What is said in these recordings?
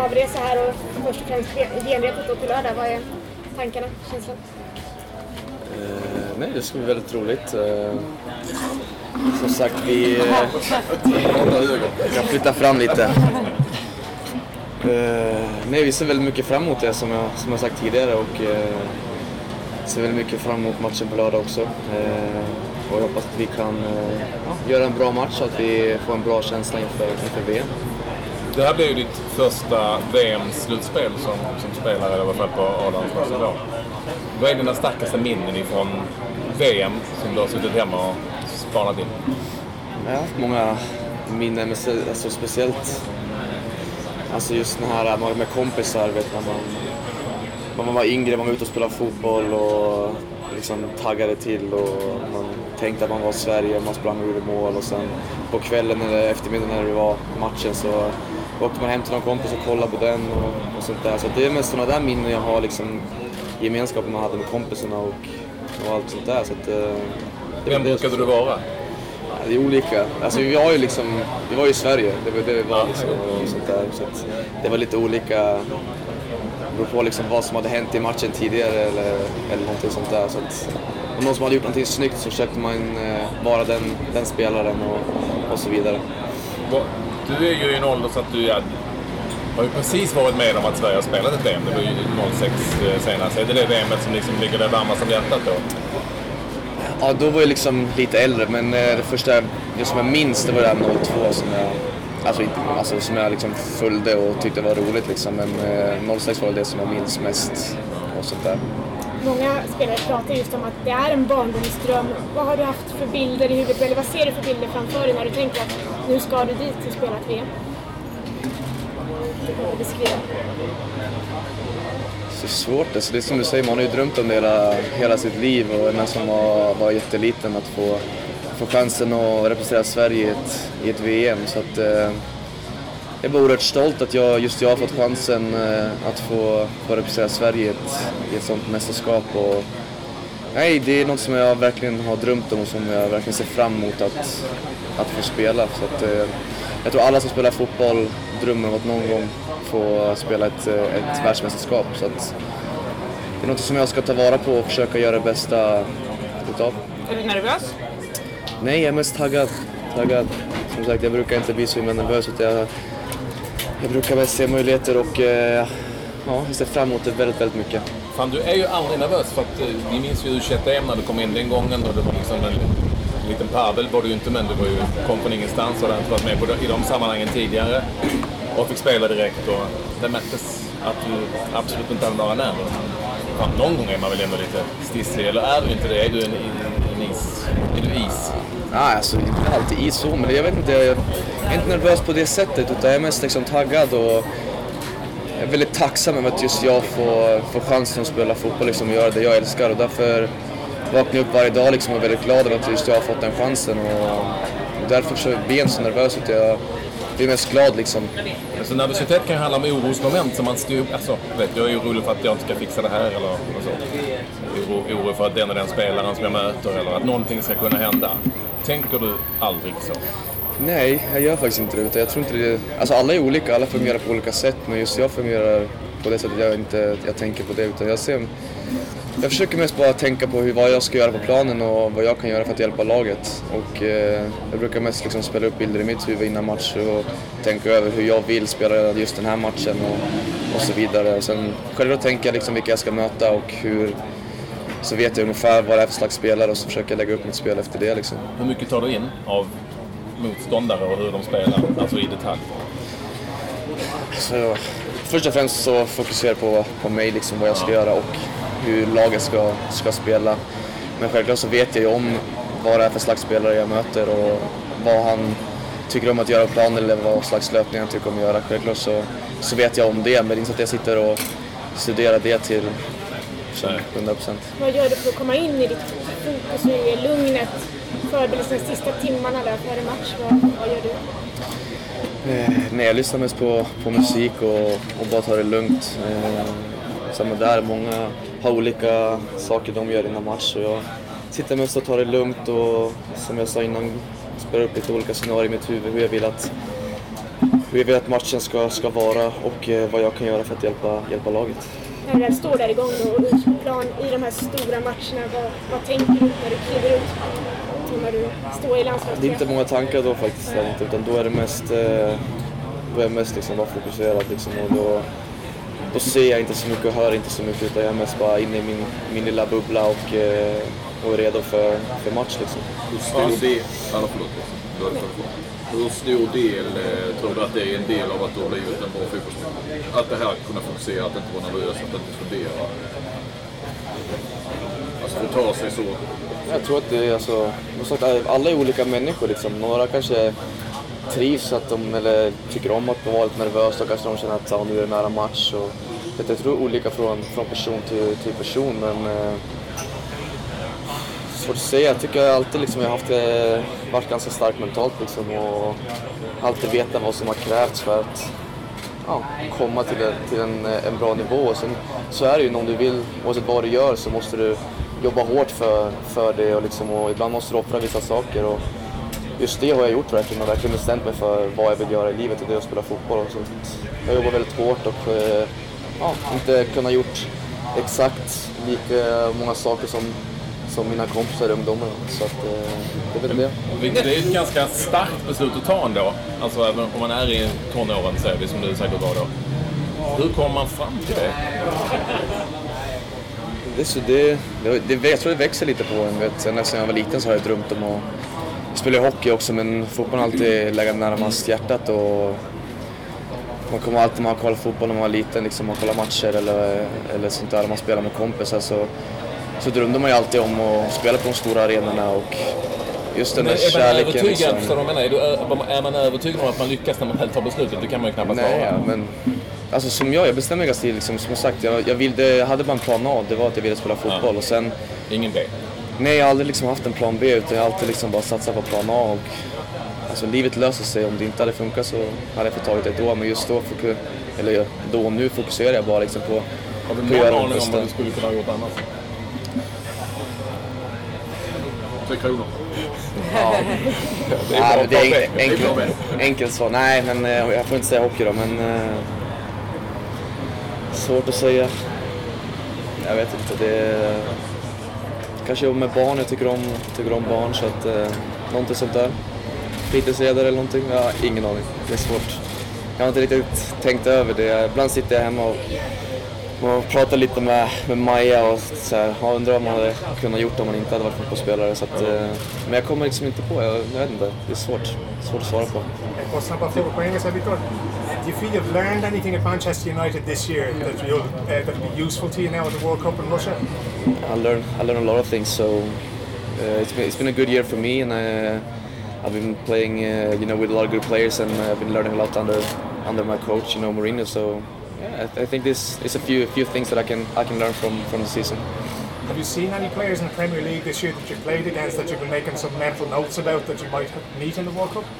avresa här och först och främst genrepet då på lördag. Vad är tankarna, känslan? Nej, det ska bli väldigt roligt. Som sagt, vi kan flytta fram lite. Nej, vi ser väldigt mycket fram emot det som jag sagt tidigare och ser väldigt mycket fram emot matchen på lördag också. Och jag hoppas att vi kan göra en bra match så att vi får en bra känsla inför VM. Det här blir ju ditt första VM-slutspel som spelare i alla fall på A-landslagsnivå. Vad är dina starkaste minnen ifrån VM som du har suttit hemma och spanat in? Jag har haft många minnen, alltså speciellt alltså just den här med kompisar, vet när man var yngre, man var ute och spelade fotboll och liksom taggade till och man tänkte att man var i Sverige, man sprang ur mål och sen på kvällen eller eftermiddagen när det var matchen så åkte man hem till någon kompis och kollade på den och sånt där. Så det är mest sådana där minnen jag har, liksom gemenskapen man hade med kompisarna och allt sånt där. Så att, vem brukade du vara? Ja, det är olika. Alltså vi var ju i Sverige, det var liksom och sånt där. Så att det var lite olika, det beror på liksom vad som hade hänt i matchen tidigare eller någonting sånt där. Så att om någon som hade gjort någonting snyggt så försökte man vara den spelaren och så vidare. Du är ju i en ålder så att du har ju precis varit med om att Sverige har spelat ett VM. Det var ju 06 senast. Är det VMet som liksom ligger där varmast om hjärtat då? Ja, då var jag liksom lite äldre, men det första som jag minns det var det här 02 som jag liksom följde och tyckte var roligt liksom. Men 06 var det som jag minns mest och sånt där. Många spelare pratar just om att det är en barndomsdröm. Vad har du haft för bilder i huvudet eller vad ser du för bilder framför dig när du tänker att nu ska du dit och spela ett VM? Det kan du beskriva. Det är svårt, alltså det är som du säger, man har ju drömt om det hela sitt liv och när som var jätteliten att få chansen att representera Sverige i ett VM. Så att jag är oerhört stolt att jag har fått chansen att få representera Sverige i ett sånt mästerskap. Och, nej, det är något som jag verkligen har drömt om och som jag verkligen ser fram emot att få spela. Så att, jag tror alla som spelar fotboll drömmer om att någon gång få spela ett världsmästerskap. Så att, det är något som jag ska ta vara på och försöka göra det bästa utav. Är du nervös? Nej, jag är mest taggad. Som sagt, jag brukar inte bli så nervös. Jag brukar väl se möjligheter och jag ser fram emot det väldigt, väldigt mycket. Fan, du är ju aldrig nervös för att vi minns ju U21 när du kom in den gången och det var liksom en liten pavel var du ju inte, men du kom från ingenstans och du har inte varit med i de sammanhangen tidigare och fick spela direkt och det märktes att du absolut inte hade några nerver. Fan, någon gång är man väl ändå lite stisslig, eller är du inte det? Är du en is? Är du is? Nej, alltså inte alltid is så, men jag vet inte, jag är inte nervös på det sättet utan jag är mest liksom taggad och jag är väldigt tacksam över att just jag får chansen att spela fotboll liksom, och göra det jag älskar och därför vaknar jag upp varje dag liksom, och är väldigt glad över att just jag har fått den chansen och därför så blir jag inte så nervös att jag blir mest glad liksom. Alltså nervositet kan handla om orosmoment som man styr, alltså jag är orolig för att jag inte ska fixa det här eller så. Oro för att den och den spelaren som jag möter eller att någonting ska kunna hända. Tänker du aldrig så? Nej, jag gör faktiskt inte det. Utan jag tror inte det. Alltså alla är olika, alla fungerar på olika sätt. Men just jag fungerar på det sättet jag tänker på det. Utan jag försöker mest bara tänka på vad jag ska göra på planen och vad jag kan göra för att hjälpa laget. Och jag brukar mest liksom spela upp bilder i mitt huvud innan match och tänka över hur jag vill spela just den här matchen och så vidare. Och sen själv tänker jag liksom vilka jag ska möta och så vet jag ungefär vad det är för slags spelare och så försöker jag lägga upp mitt spel efter det liksom. Hur mycket tar du in av motståndare och hur de spelar, alltså i detalj? Så, först och främst så fokuserar jag på mig liksom, vad jag ska göra och hur laget ska spela. Men självklart så vet jag ju om vad det är för slags spelare jag möter och vad han tycker om att göra på plan eller vad slags löpning han tycker om att göra. Självklart så vet jag om det, men det är inte så att jag sitter och studerar det till 100%. Vad gör du för att komma in i ditt fokus i lugnet? Förberedelsen de sista timmarna där före match, vad gör du? Nej, jag lyssnar mest på musik och bara tar det lugnt. Samma där, många har olika saker de gör innan match och jag sitter mest och tar det lugnt och som jag sa innan spelar upp lite olika scenarier i mitt huvud hur hur jag vill att matchen ska vara och vad jag kan göra för att hjälpa laget. När du väl står där igång då, och plan i de här stora matcherna, vad tänker du när du kliver ut och när du står i landslaget? Det är inte många tankar då faktiskt, utan då är det mest liksom bara fokuserad liksom, och då ser jag inte så mycket och hör inte så mycket, utan jag är mest bara inne i min lilla bubbla och är redo för match liksom. Hur stor del tror du att det är en del av att du har blivit en bra fotbollsspelare? Att det här kunna fokusera, att inte vara nervös, att inte fundera. Alltså det tar sig så. Jag tror att det är alltså, alla är olika människor liksom. Några kanske trivs att eller tycker om att vara lite nervös, och kanske de känner att nu är det nära match. Och jag tror olika från person till person, men svårt att säga. Jag tycker alltid liksom, jag har varit ganska stark mentalt liksom, och alltid vetat vad som har krävts för att komma till en bra nivå. Och sen så är det ju, om du vill, oavsett vad du gör, så måste du jobba hårt för det, och, liksom, och ibland måste du offra vissa saker. Och just det har jag gjort verkligen, och verkligen bestämt mig för vad jag vill göra i livet, och det är att spela fotboll. Och så jag jobbar väldigt hårt och inte kunnat gjort exakt lika många saker som mina kompisar i ungdomar. Så att, det är väl det. Det är ett ganska starkt beslut att ta ändå. Alltså även om man är i tonåren, så är det som du säkert var då. Hur kommer man fram till det? Jag tror det växer lite på en. Sen när jag var liten så har jag drömt om att spela hockey också, men fotboll har alltid legat närmast hjärtat, och man kommer alltid man kolla fotboll när man var liten, liksom, man kollar matcher eller sånt där, man spelar med kompisar, så drömde man ju alltid om att spela på de stora arenorna, och just den där kärleken. Är man övertygad om att man lyckas när man väl tar beslutet? Det kan man ju knappast vara. Nej, men alltså, som jag bestämde mig ganska liksom, som sagt, jag hade bara en plan A, det var att jag ville spela fotboll, och sen ingen B. Nej, jag har aldrig liksom haft en plan B, utan jag har alltid liksom bara satsat på plan A, och alltså, livet löser sig. Om det inte hade funkat så hade jag fått tagit det då, men just då, nu fokuserar jag bara liksom på har du någon aning om vad du skulle kunna ha gjort annars? 3 kronor. Ja. Det är enkelt svar. Nej, men jag får inte säga hockey då, men svårt att säga. Jag vet inte, det är kanske med barn, jag tycker om barn, så att någonting sånt där. Fritidsledare eller någonting, jag har ingen aning. Det är svårt. Jag har inte riktigt tänkt över det. Ibland sitter jag hemma och pratar lite med Maja och så här, undrar om man hade kunnat gjort om man inte hade varit fotbollsspelare. Så att, men jag kommer liksom inte på, jag vet inte. Det är svårt att svara på. Och snabba frågor på engelska, Victor. Do you feel you've learned anything at Manchester United this year that'll be useful to you now at the World Cup in Russia? I learned a lot of things, so it's been a good year for me, and I've been playing with a lot of good players, and I've been learning a lot under my coach, Mourinho. So yeah, I think this is a few things that I can learn from the season. Have you seen any players in the Premier League this year that you've played against that you've been making some mental notes about that you might meet in the World Cup?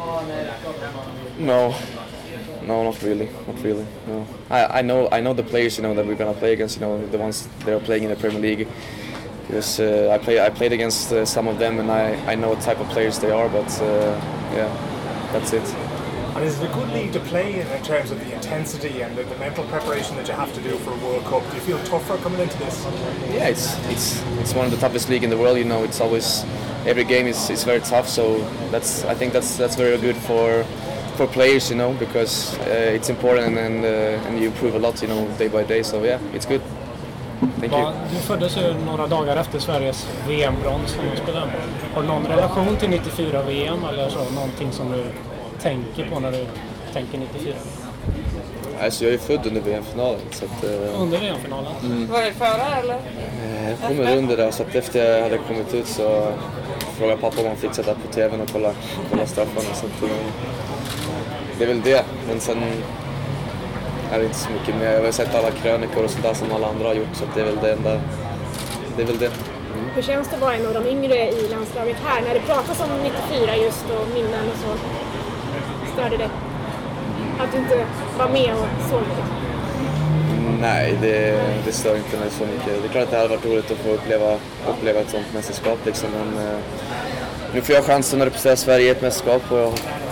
No, not really. No, I know the players that we're gonna play against. The ones that are playing in the Premier League. Because I played against some of them, and I know what type of players they are. But yeah, that's it. And is it a good league to play in terms of the intensity and the mental preparation that you have to do for a World Cup? Do you feel tougher coming into this? Yeah, it's one of the toughest league in the world. It's always every game is very tough. So I think that's very good for players, because it's important and you improve a lot, day by day. So yeah, it's good. Thank you. Du föddes ju några dagar efter Sveriges VM-brons som du spelade. Har du någon relation till 94 VM eller så? Någonting som du tänker på när du tänker 94? Alltså jag är född under VM-finalen. Så att, under VM-finalen? Mm. Var det före eller? Jag kommer under där, så att efter jag hade kommit ut så frågade pappa om han fick sätta på tvn och kolla straffarna. Så att, det är väl det, men sen är det inte så mycket mer. Jag har sett alla krönikor och sånt där som alla andra har gjort, så att det är väl det enda. Det är väl det. Mm. Hur känns det att vara en av de yngre i landslaget här? När det pratas om 94 just och minnen och så, störde det? Att du inte var med och såg det? Nej, det stör inte mig så mycket. Det är klart att det hade varit roligt att få uppleva ett sånt mästerskap liksom, men nu får jag chansen att representera Sverige i ett mästerskap, och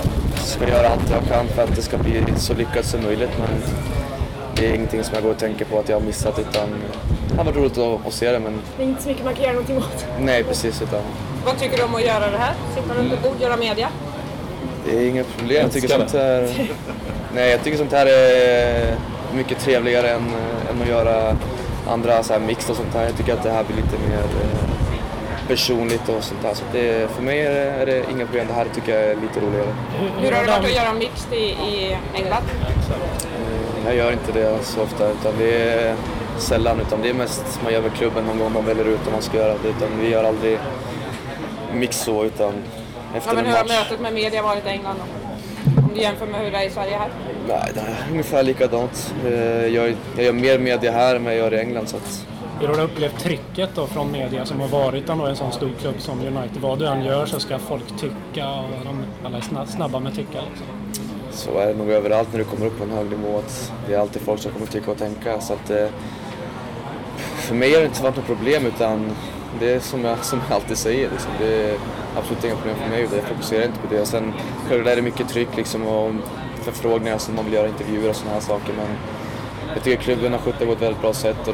ska göra allt jag kan för att det ska bli så lyckat som möjligt. Men det är ingenting som jag går och tänker på att jag har missat, utan det har varit roligt att se det. Men det är inte så mycket man kan göra någonting åt. Nej, precis. Utan Vad tycker du om att göra det här? Sitta runt ett bord, göra media? det är inga problem. Jag tycker sånt här är mycket trevligare än att göra andra så här mix och sånt här. Jag tycker att det här blir lite mer personligt och sånt där. Så för mig är det inga problem. Det här tycker jag är lite roligare. Hur har det varit att göra mix i England? Jag gör inte det så ofta, utan det är sällan. Utan det är mest man gör med klubben någon gång man väljer ut om man ska göra det. Utan vi gör aldrig mix så, utan efter en match. Hur har mötet med media varit i England då? Om du jämför med hur det är i Sverige här? Nej, det är ungefär likadant. Jag gör mer media här än vad jag gör i England. Så att... Hur har du upplevt trycket då från media som har varit ändå en sån stor klubb som United? Vad du än gör så ska folk tycka och alla är snabba med att tycka. Liksom. Så är det nog överallt när du kommer upp på en hög nivå. Att det är alltid folk som kommer tycka och tänka. Så att, för mig har det inte varit något problem, utan det är som jag alltid säger. Liksom. Det är absolut inga problem för mig. Jag fokuserar inte på det. Sen själv är det mycket tryck liksom, och förfrågningar som man vill göra intervjuer och såna här saker. Men jag tycker klubben har skött det på ett väldigt bra sätt, och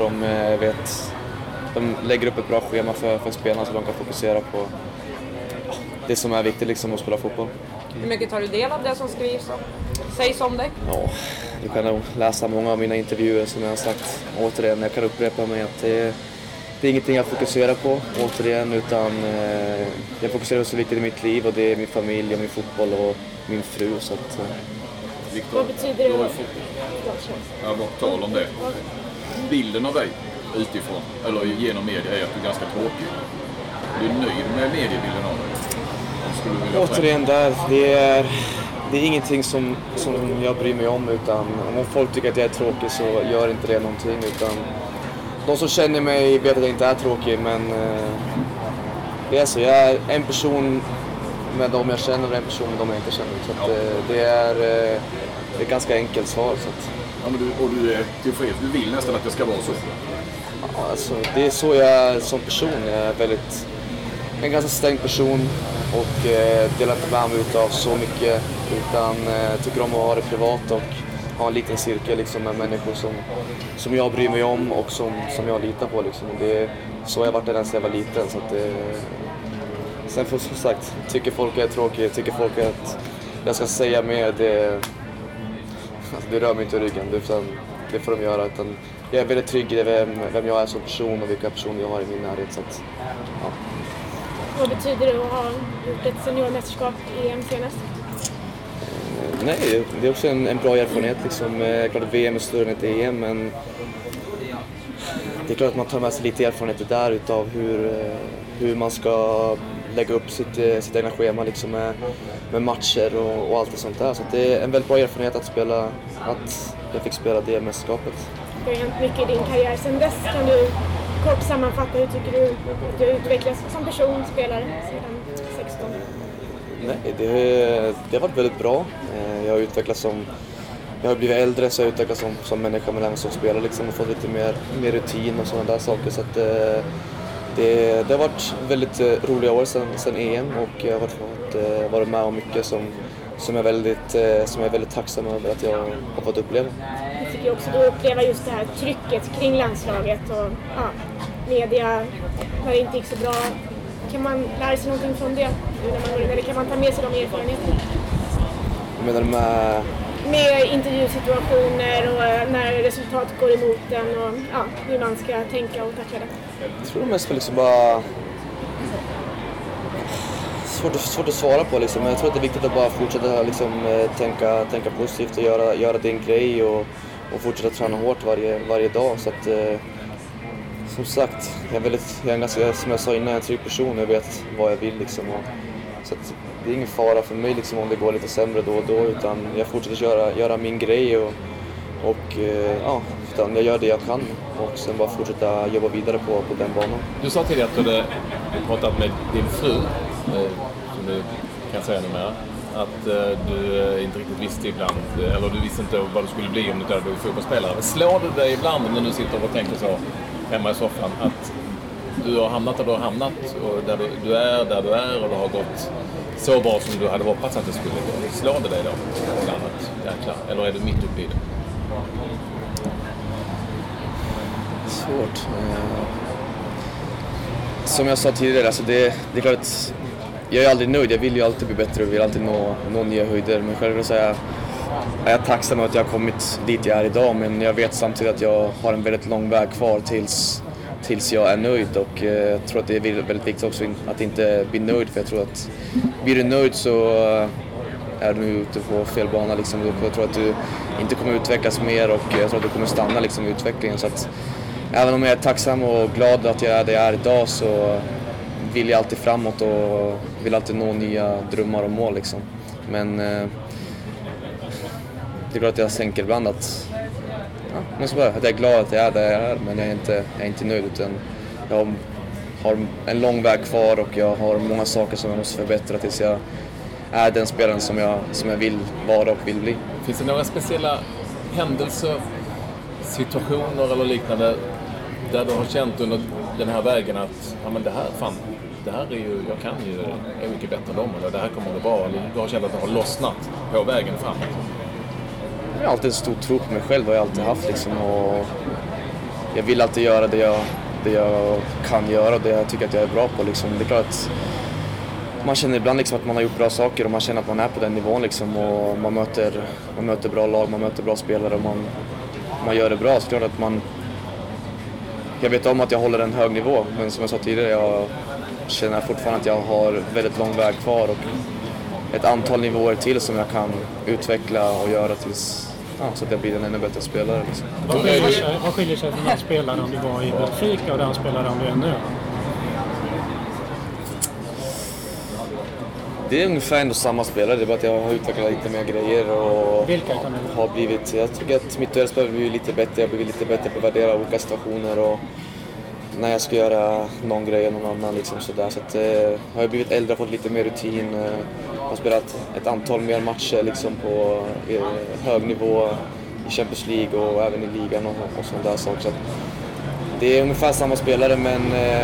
de lägger upp ett bra schema för spelarna så de kan fokusera på det som är viktigt, liksom, att spela fotboll. Hur mycket tar du del av det som skrivs och sägs om dig? Ja, du kan nog läsa många av mina intervjuer som jag har sagt. Återigen, jag kan upprepa mig att det är ingenting jag fokuserar på återigen, utan jag fokuserar på så viktigt i mitt liv, och det är min familj och min fotboll och min fru. Så att, Victor, vad betyder det? Ja, på tal om det. Bilden av dig utifrån, eller genom media, är att du är ganska tråkig. Du är nöjd med mediebilden av dig? Återigen det är ingenting som jag bryr mig om, utan om folk tycker att jag är tråkig så gör inte det någonting, utan de som känner mig vet att jag inte är tråkig, men det är så, jag är en person med dem jag känner och en person med dem jag inte känner, så att, det är ett ganska enkelt svar. Så att, ja, men du är tillfreds, du vill nästan att det ska vara så? Ja, alltså, det är så jag är som person. Jag är en ganska stängd person och delar inte med mig utav så mycket, utan tycker om att ha det privat och ha en liten cirkel liksom, med människor som jag bryr mig om och som jag litar på. Liksom. Det är så jag har varit redan sedan jag var liten. Så att, sen får som sagt, tycker folk är tråkigt, tycker folk att jag ska säga mer, det rör mig inte i ryggen, utan det får de göra. Utan jag är väldigt trygg i vem jag är som person och vilka personer jag har i min närhet. Så att, ja. Vad betyder det att ha gjort ett seniormästerskap i EM senast? Nej, det är också en bra erfarenhet. Liksom. Klart att VM är större än ett EM, men det är klart att man tar med sig lite erfarenheter där utav hur man ska lägga upp sitt egna schema liksom, med matcher och allt det sånt där. Så det är en väldigt bra erfarenhet att jag fick spela det mästerskapet. Det har hänt mycket i din karriär sedan dess. Kan du kort sammanfatta, hur tycker du att du utvecklas som person, spelare sedan 16? Nej, det har varit väldigt bra. Jag har utvecklats jag har blivit äldre, så jag har utvecklats som människa, men även som spelare liksom, och fått lite mer rutin och sådana där saker. Så att, det har varit väldigt roliga år sedan EM, och jag har varit med om mycket som jag är väldigt tacksam över att jag har fått uppleva. Jag tycker också att uppleva just det här trycket kring landslaget och media när det inte gick så bra. Kan man lära sig någonting från det när man går in, eller kan man ta med sig de erfarenheterna? Jag menar med intervjusituationer och när resultat går emot en och hur man ska tänka och tackla det? Jag tror mest för liksom bara svårt att svara på liksom. Jag tror att det är viktigt att bara fortsätta liksom, tänka positivt och göra din grej och fortsätta träna hårt varje dag. Så att, som sagt, jag är en ganska, som jag sa innan, en trygg person. Jag vet vad jag vill liksom. Så att, det är ingen fara för mig liksom, om det går lite sämre då och då, utan jag fortsätter göra min grej utan jag gör det jag kan och sen bara fortsätta jobba vidare på den banan. Du sa tidigare att du pratat med din fru, som du kan säga numera, att du inte riktigt visste ibland, eller du visste inte vad du skulle bli om du inte blev fotbollsspelare. Slår det dig ibland när du sitter och tänker så hemma i soffan att du har hamnat där du har hamnat och där du är där du är och det har gått så bra som du hade hoppats att det skulle gå? Slår det dig då? Jäklar. Eller är du mitt uppe i det? Svårt. Som jag sa tidigare, alltså det är klart att jag är aldrig nöjd. Jag vill ju alltid bli bättre och vill alltid nå nya höjder. Men självklart så är jag tacksam att jag har kommit dit jag är idag. Men jag vet samtidigt att jag har en väldigt lång väg kvar tills jag är nöjd. Och jag tror att det är väldigt viktigt också att inte bli nöjd. För jag tror att blir du nöjd så är du ute på fel bana. Liksom. Jag tror att du inte kommer utvecklas mer och jag tror att du kommer stanna liksom, i utvecklingen. Så att, även om jag är tacksam och glad att jag är där jag är idag så vill jag alltid framåt och vill alltid nå nya drömmar och mål. Liksom. Men det är klart att jag sänker ibland att jag är glad att jag är där jag är, men jag är inte nöjd utan jag har en lång väg kvar och jag har många saker som jag måste förbättra tills jag är den spelaren som jag vill vara och vill bli. Finns det några speciella händelser, situationer eller liknande där du har känt under den här vägen att ja, men det här är ju, är mycket bättre än dem eller det här kommer att vara bra eller du har känt att det har lossnat på vägen framåt? Jag har alltid en stor tro på mig själv och jag har alltid haft liksom, och jag vill alltid göra det jag kan göra och det jag tycker att jag är bra på liksom. Det är klart att man känner ibland liksom att man har gjort bra saker och man känner att man är på den nivån liksom, och man möter bra lag, man möter bra spelare och man gör det bra. Så klart att jag vet om att jag håller en hög nivå, men som jag sa tidigare, jag känner fortfarande att jag har väldigt lång väg kvar och ett antal nivåer till som jag kan utveckla och göra så att jag blir en ännu bättre spelare. Liksom. Vad skiljer sig från den spelaren du var i Benfica och den spelaren du är nu? Det är ungefär ändå samma spelare, det är bara att jag har utvecklat lite mer grejer och Vilka kan du? har blivit, jag tycker att mitt duellspel har blivit lite bättre, jag har blivit lite bättre på att värdera olika situationer och när jag ska göra någon grej eller någon annan liksom sådär. Så att har jag blivit äldre, fått lite mer rutin, har spelat ett antal mer matcher liksom på hög nivå i Champions League och även i ligan och sådana där saker. Så att det är ungefär samma spelare men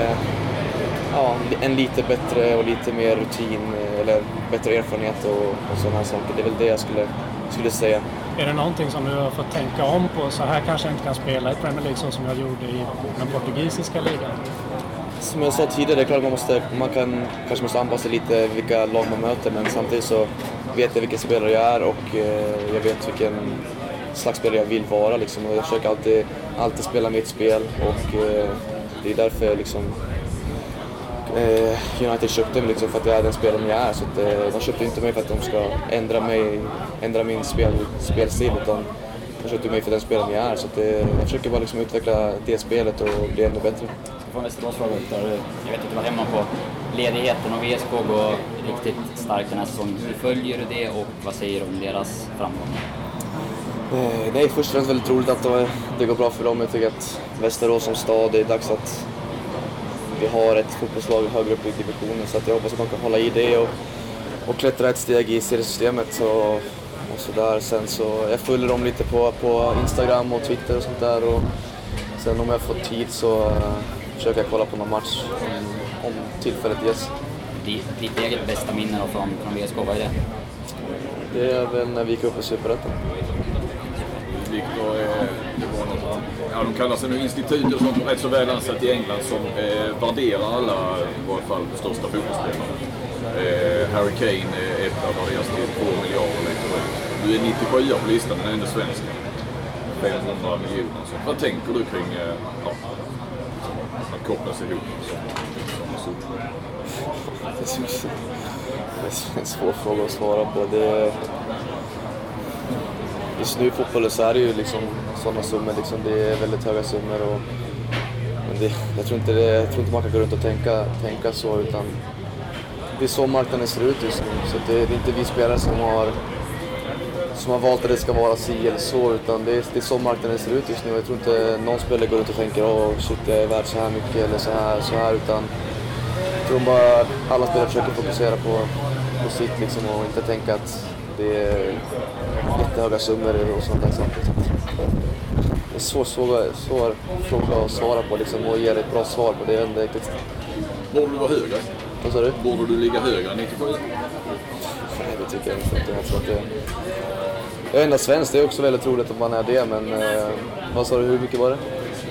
en lite bättre och lite mer rutin eller bättre erfarenhet och sådana här saker. Det är väl det jag skulle säga. Är det någonting som du har fått tänka om på? Så här kanske jag inte kan spela i Premier League som jag gjorde i den portugisiska ligan. Som jag sa tidigare, det är klart man kanske måste anpassa lite vilka lag man möter, men samtidigt så vet jag vilken spelare jag är och jag vet vilken slags spelare jag vill vara liksom, och jag försöker alltid spela mitt spel och det är därför liksom United köpte mig liksom för att jag är den spelaren jag är, så att de köpte inte mig för att de ska ändra min spelstil, utan de köpte mig för den spelaren jag är, så att jag försöker bara liksom utveckla det spelet och bli ännu bättre. Från Västeråsfråga ut där, jag vet att du var hemma på ledigheten och VSK går riktigt starkt den här säsongen. Hur följer du det och vad säger du om deras framgång? Det är först och främst väldigt roligt att det går bra för dem. Jag tycker att Västerås som stad, det är dags att vi har ett fotbollslag högre upp i divisionen, så att jag hoppas att man kan hålla i det och klättra ett steg i seriesystemet och så där. Sen så jag följer dem lite på Instagram och Twitter och sånt där, och sen om jag får tid så försöker jag kolla på någon match om tillfället ges. Ditt eget bästa minne från VSK, vad är det? Det är väl när vi gick upp i Superettan. Viktor, det var något, de kallar sig nu institut och sånt, rätt så väl ansatt i England som värderar alla, i varje fall de största fotbollsspelarna. Harry Kane är ett av värderas till 2 miljarder lite. Du är 97 på listan, den är ändå svensk. 500 miljoner. Så vad tänker du kring att koppla sig ihop som super? Det är en svår fråga att svara på. Just nu i fotbollen så är det ju liksom sådana summor, liksom, det är väldigt höga summor men jag tror inte man kan gå runt och tänka så, utan det är så marknaden ser ut just nu, så det är inte vi spelare som har valt att det ska vara si eller så, utan det är så marknaden ser ut just nu. Jag tror inte någon spelare går runt och tänker shit, jag är värd så här mycket eller så här, utan jag tror bara alla spelare försöker fokusera på sitt liksom, och inte tänka att det är jättehöga summor och sånt där saker. är svår fråga att svara på liksom, och ge ett bra svar på det. Jag vet inte riktigt. Borde du vara högre? Vad sa du? Borde du ligga högre än 97? Nej, det tycker jag inte. Jag tror att det... Jag är enda svensk, det är också väldigt roligt om man är det, men vad sa du, hur mycket var det?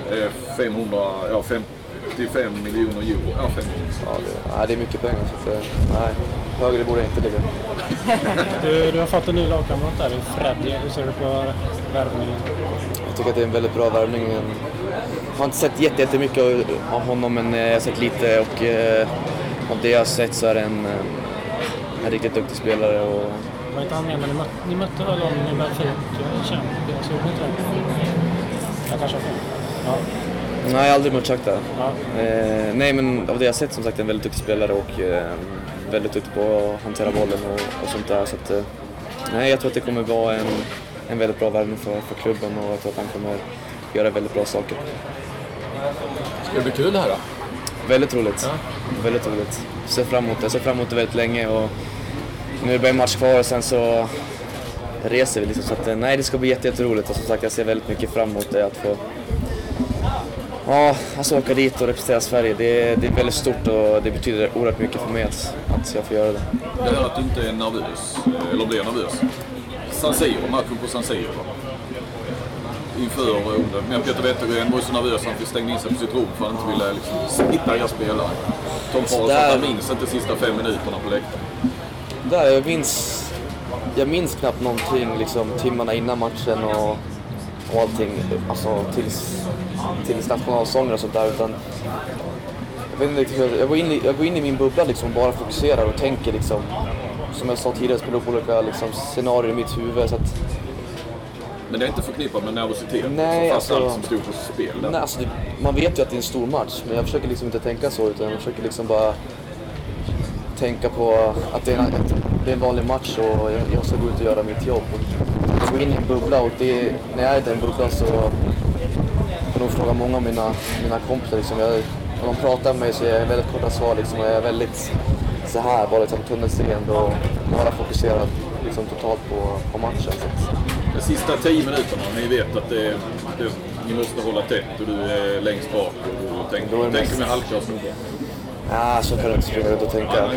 55 miljoner euro. Ja, 5 det är mycket pengar, så att, nej, högre borde jag inte ligga. Du har fått en ny lagkamrat där i Freddy. Hur ser du på värvningen? Jag tycker att det är en väldigt bra värvning. Jag har inte sett jättemycket av honom, men jag har sett lite, och av det jag har sett så är det en riktigt duktig spelare. Och... Var inte han med när ni mötte väl om ni mötte Champions? Jag kanske har fel. Ja. Nej, jag har aldrig mött Shakhtar. Ja. Nej, men av det jag har sett som sagt en väldigt duktig spelare och väldigt duktig på att hantera bollen och sånt där. Så att, nej, jag tror att det kommer vara en väldigt bra värvning för klubben, och jag tror att han kommer göra väldigt bra saker. Ska det bli kul här då? Väldigt roligt. Ja. Väldigt roligt. Jag ser fram emot det väldigt länge, och nu är det bara en match kvar och sen så reser vi liksom, så att nej, det ska bli jätteroligt, och som sagt jag ser väldigt mycket fram emot det, att få alltså åka dit och representera Sverige. Det är väldigt stort, och det betyder oerhört mycket för mig att jag får göra det. Det här att du inte är nervös, eller blir nervös. San Siro, matchen på San Siro. Inför men Peter Wettergren var ju så nervös att han fick stänga in sig på sitt rum för att han inte ville liksom hitta era spelare. Tom Paul sa att han minns inte de sista 5 minuterna på läktaren. Jag minns knappt någonting liksom, timmarna innan matchen och allting, alltså till nationalsånger och sånt där, utan jag vet inte, jag går in i min bubbla liksom, bara fokuserar och tänker liksom, som jag sa tidigare, spelar upp olika liksom, scenarier i mitt huvud, så att... Men det är inte förknippat med nervositet? Nej, fast allt som stod på spel där. Nej, alltså man vet ju att det är en stor match, men jag försöker liksom inte tänka så, utan jag försöker liksom bara tänka på att det är en vanlig match, och jag ska gå ut och göra mitt jobb. Jag går in i en bubbla, och när jag är i den bubblan så får de fråga många av mina kompisar. Liksom, när de pratar med mig så är jag väldigt korta svar. Liksom, jag är väldigt så här, bara liksom, tunnelseende och bara fokuserad liksom, totalt på matchen. Så. De sista 10 minuterna, ni vet att ni måste hålla tätt och du är längst bak och du tänker med halvklar snubbar. Ja, så kan jag inte springa ut och tänka.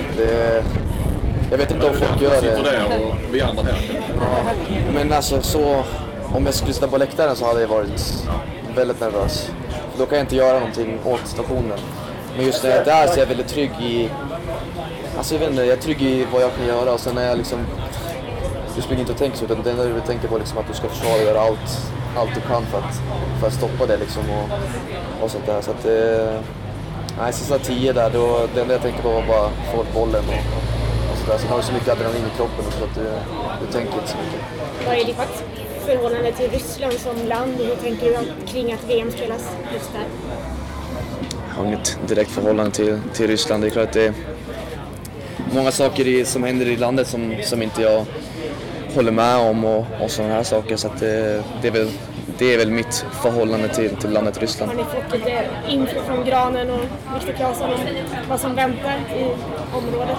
Jag vet inte om folk gör det. Sitter där och vi andra här. Ja, men alltså så, om jag skulle sitta på läktaren så hade jag varit väldigt nervös. Då kan jag inte göra någonting åt situationen. Men just när jag är där så är jag väldigt trygg i... Alltså jag vet inte, jag är trygg i vad jag kan göra, och sen när jag liksom... Du springer inte och tänker så, utan det enda du tänker på liksom att du ska försvara och göra allt du kan för att stoppa det liksom och sånt där. Så att nej, sista 10 där, det enda jag tänkte på var bara få bollen och sådär. Sen har du så mycket adrenalin i kroppen så att du tänker inte så mycket. Vad är ditt förhållande till Ryssland som land, och hur tänker du kring att VM spelas just där? Jag har inget direkt förhållande till Ryssland. Det är klart att det är många saker som händer i landet som inte jag håller med om och sådana här saker, så att det är väl mitt förhållande till landet Ryssland. Har ni fått lite info från Granen och Viktor Claesson om vad som väntar i området?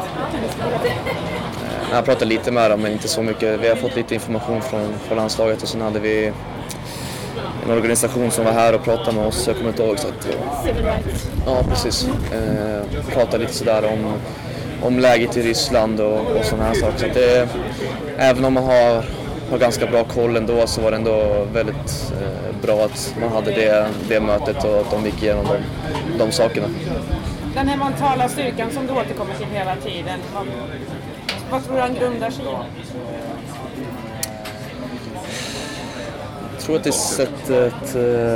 Jag pratade lite med dem, men inte så mycket. Vi har fått lite information från landslaget, och sen hade vi en organisation som var här och pratade med oss. Jag kommer inte ihåg så att... Civil Rights. Ja, precis. Pratade lite sådär om läget i Ryssland och sådana här saker. Så att även om man har ganska bra koll ändå, så var det ändå väldigt bra att man hade det mötet och att de gick igenom de sakerna. Den här mentala styrkan som du återkommer till hela tiden, vad tror du han grundar sig i? Jag tror att det är sättet...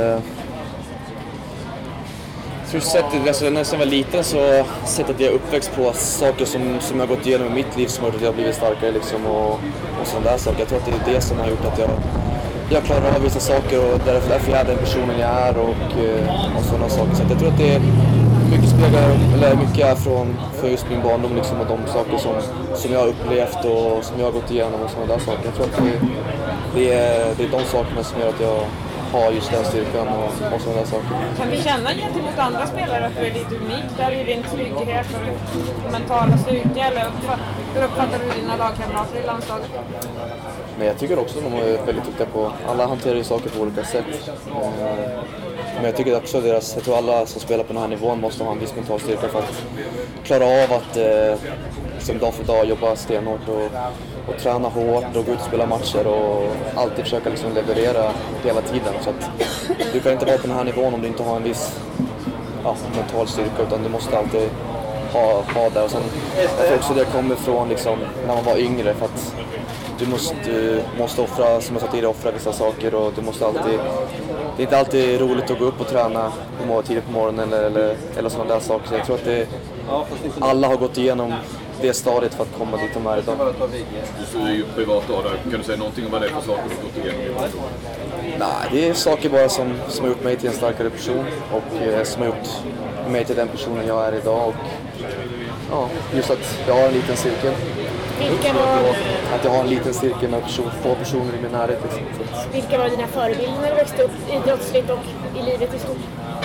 Alltså, när jag var liten så sättet jag är uppväxt på saker som jag har gått igenom i mitt liv som har gjort att jag har blivit starkare liksom, och sådana där saker. Jag tror att det är det som har gjort att jag klarar av vissa saker, och därför jag är den personen jag är och sådana saker. Så jag tror att det är mycket från just min barndom liksom, och de saker som jag har upplevt och som jag har gått igenom och sådana där saker. Jag tror att det är de sakerna som gör att ha just den styrkan och sådana där saker. Kan du känna gentemot andra spelare att du är lite unik där i din trygghet och mentala styrka? Eller hur uppfattar du dina lagkamrater i landslaget? Men jag tycker också att de är väldigt duktiga på, alla hanterar ju saker på olika sätt. Men jag tycker också att jag tror alla som spelar på den här nivån måste ha en viss mental styrka för att klara av att som dag för dag jobba stenhårt och träna hårt och gå ut och spela matcher och alltid försöka liksom leverera hela tiden. Så att du kan inte vara på den här nivån om du inte har en viss mental styrka, utan du måste alltid ha det. Och sen jag tror också det kommer från liksom, när man var yngre, för att du måste offra, som jag sa tidigare, offra vissa saker och du måste alltid, det är inte alltid roligt att gå upp och träna tidigt på morgonen eller sådana där saker. Så jag tror att alla har gått igenom det stadiet för att komma dit de är idag. Du är ju privat då, kan du säga någonting om vad det är för saker du har gått igenom? Nej, det är saker bara som har gjort mig till en starkare person och som har gjort mig till den personen jag är idag. Och just att jag har en liten cirkel. Att jag har en liten cirkel med få personer i min närhet. Liksom. Vilka var dina förebilder när du växte upp idrottsligt och i livet i stort?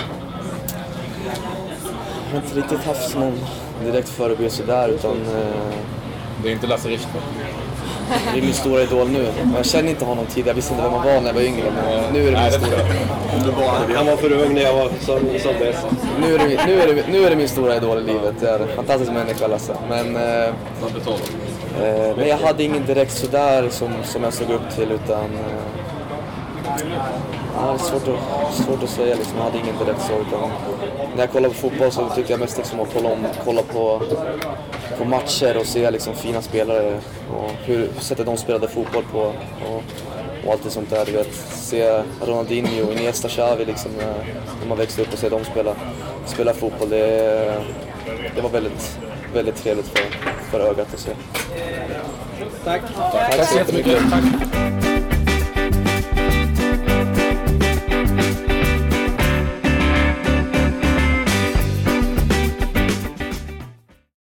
Jag har inte riktigt haft någon direkt förebild sådär, utan... Det är inte Lasse Richtman. Det är min stora idol nu. Jag känner inte honom tidigare, jag visste inte vem han var när jag var yngre, men nu är det min stora. Han var för ung när jag var som bäst. Nu är det min stora idol i livet. Det är en fantastisk människa, Lasse. Men jag hade ingen direkt sådär som jag såg upp till, utan... det är svårt att säga, liksom. Jag hade ingen direkt så, utan när jag kollar på fotboll så tycker jag mest liksom att kolla på matcher och se liksom fina spelare och hur sättet de spelade fotboll på och allt det sånt där. Du vet, se Ronaldinho, Iniesta, Xavi liksom, när man växte upp och se dem spela fotboll, det var väldigt, väldigt trevligt för ögat att se. Tack. Tack så jättemycket. Tack.